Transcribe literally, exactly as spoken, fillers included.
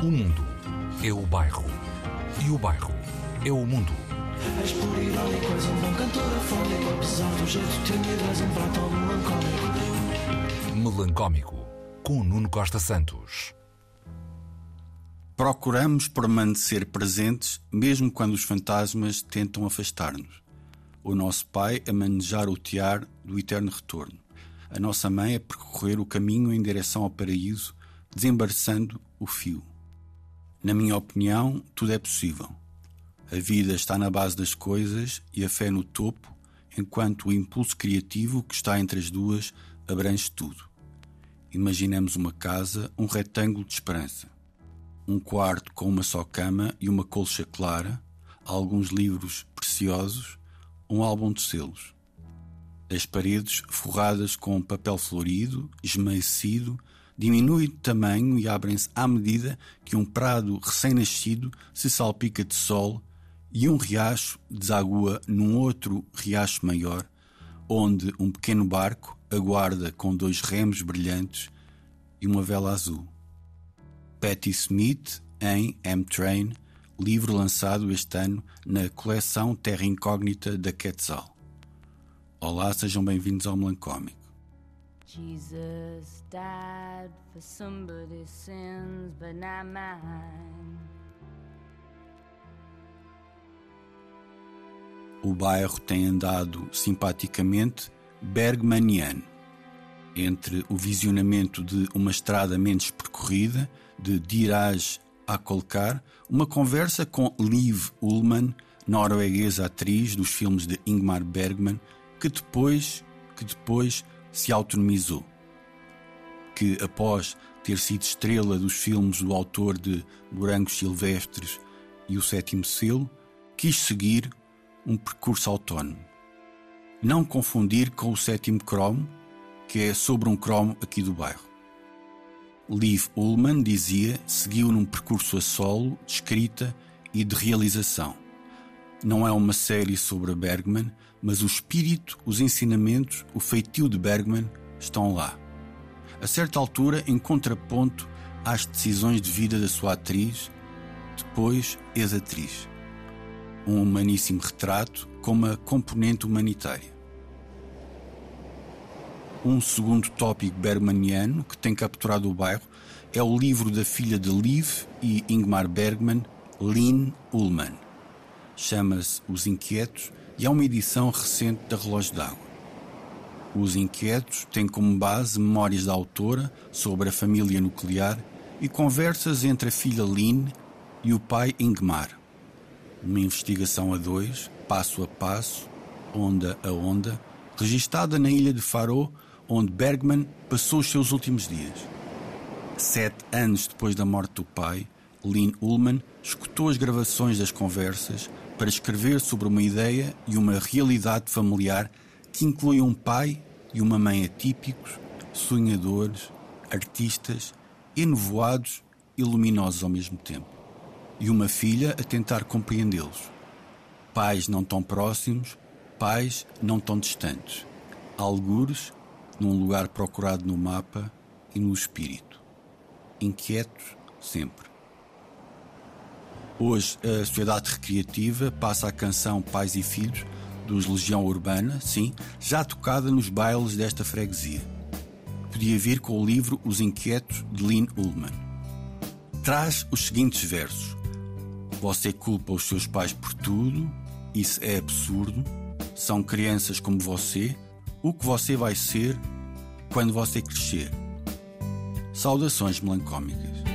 O mundo é o bairro e o bairro é o mundo. És puro irónico, és um bom cantor afónico, apesar do jeito tímido, és um prato melancólico. Melancómico, com Nuno Costa Santos. Procuramos permanecer presentes mesmo quando os fantasmas tentam afastar-nos. O nosso pai a manejar o tiar do eterno retorno. A nossa mãe a percorrer o caminho em direção ao paraíso, desembaraçando o fio. Na minha opinião, tudo é possível. A vida está na base das coisas e a fé no topo, enquanto o impulso criativo que está entre as duas abrange tudo. Imaginemos uma casa, um retângulo de esperança. Um quarto com uma só cama e uma colcha clara, alguns livros preciosos, um álbum de selos. As paredes forradas com papel florido, esmaecido, diminuem de tamanho e abrem-se à medida que um prado recém-nascido se salpica de sol e um riacho desagua num outro riacho maior, onde um pequeno barco aguarda com dois remos brilhantes e uma vela azul. Patti Smith em M-Train, livro lançado este ano na coleção Terra Incógnita da Quetzal. Olá, sejam bem-vindos ao Melancómico. Jesus died for somebody's sins, but not mine. O bairro tem andado simpaticamente bergmaniano, entre o visionamento de uma estrada menos percorrida, de Diraj a Kolkar, uma conversa com Liv Ullmann, norueguesa atriz dos filmes de Ingmar Bergman, que depois, que depois se autonomizou, que após ter sido estrela dos filmes do autor de Morangos Silvestres e O Sétimo Selo, quis seguir um percurso autónomo. Não confundir com o Sétimo Cromo, que é sobre um cromo aqui do bairro. Liv Ullmann, dizia, seguiu num percurso a solo, de escrita e de realização. Não é uma série sobre Bergman, mas o espírito, os ensinamentos, o feitio de Bergman estão lá. A certa altura, em contraponto às decisões de vida da sua atriz, depois ex-atriz. Um humaníssimo retrato com uma componente humanitária. Um segundo tópico bergmaniano que tem capturado o bairro é o livro da filha de Liv e Ingmar Bergman, Linn Ullmann. Chama-se Os Inquietos e é uma edição recente da Relógio d'Água. Os Inquietos têm como base memórias da autora sobre a família nuclear e conversas entre a filha Linn e o pai Ingmar. Uma investigação a dois, passo a passo, onda a onda, registada na ilha de Faro, onde Bergman passou os seus últimos dias. Sete anos depois da morte do pai, Linn Ullmann escutou as gravações das conversas para escrever sobre uma ideia e uma realidade familiar que inclui um pai e uma mãe atípicos, sonhadores, artistas, enovoados e luminosos ao mesmo tempo. E uma filha a tentar compreendê-los. Pais não tão próximos, pais não tão distantes. Algures, num lugar procurado no mapa e no espírito. Inquietos sempre. Hoje a Sociedade Recreativa passa a canção Pais e Filhos dos Legião Urbana, sim, já tocada nos bailes desta freguesia. Podia vir com o livro Os Inquietos de Linn Ullmann. Traz os seguintes versos. Você culpa os seus pais por tudo, isso é absurdo, são crianças como você, o que você vai ser quando você crescer. Saudações melancómicas.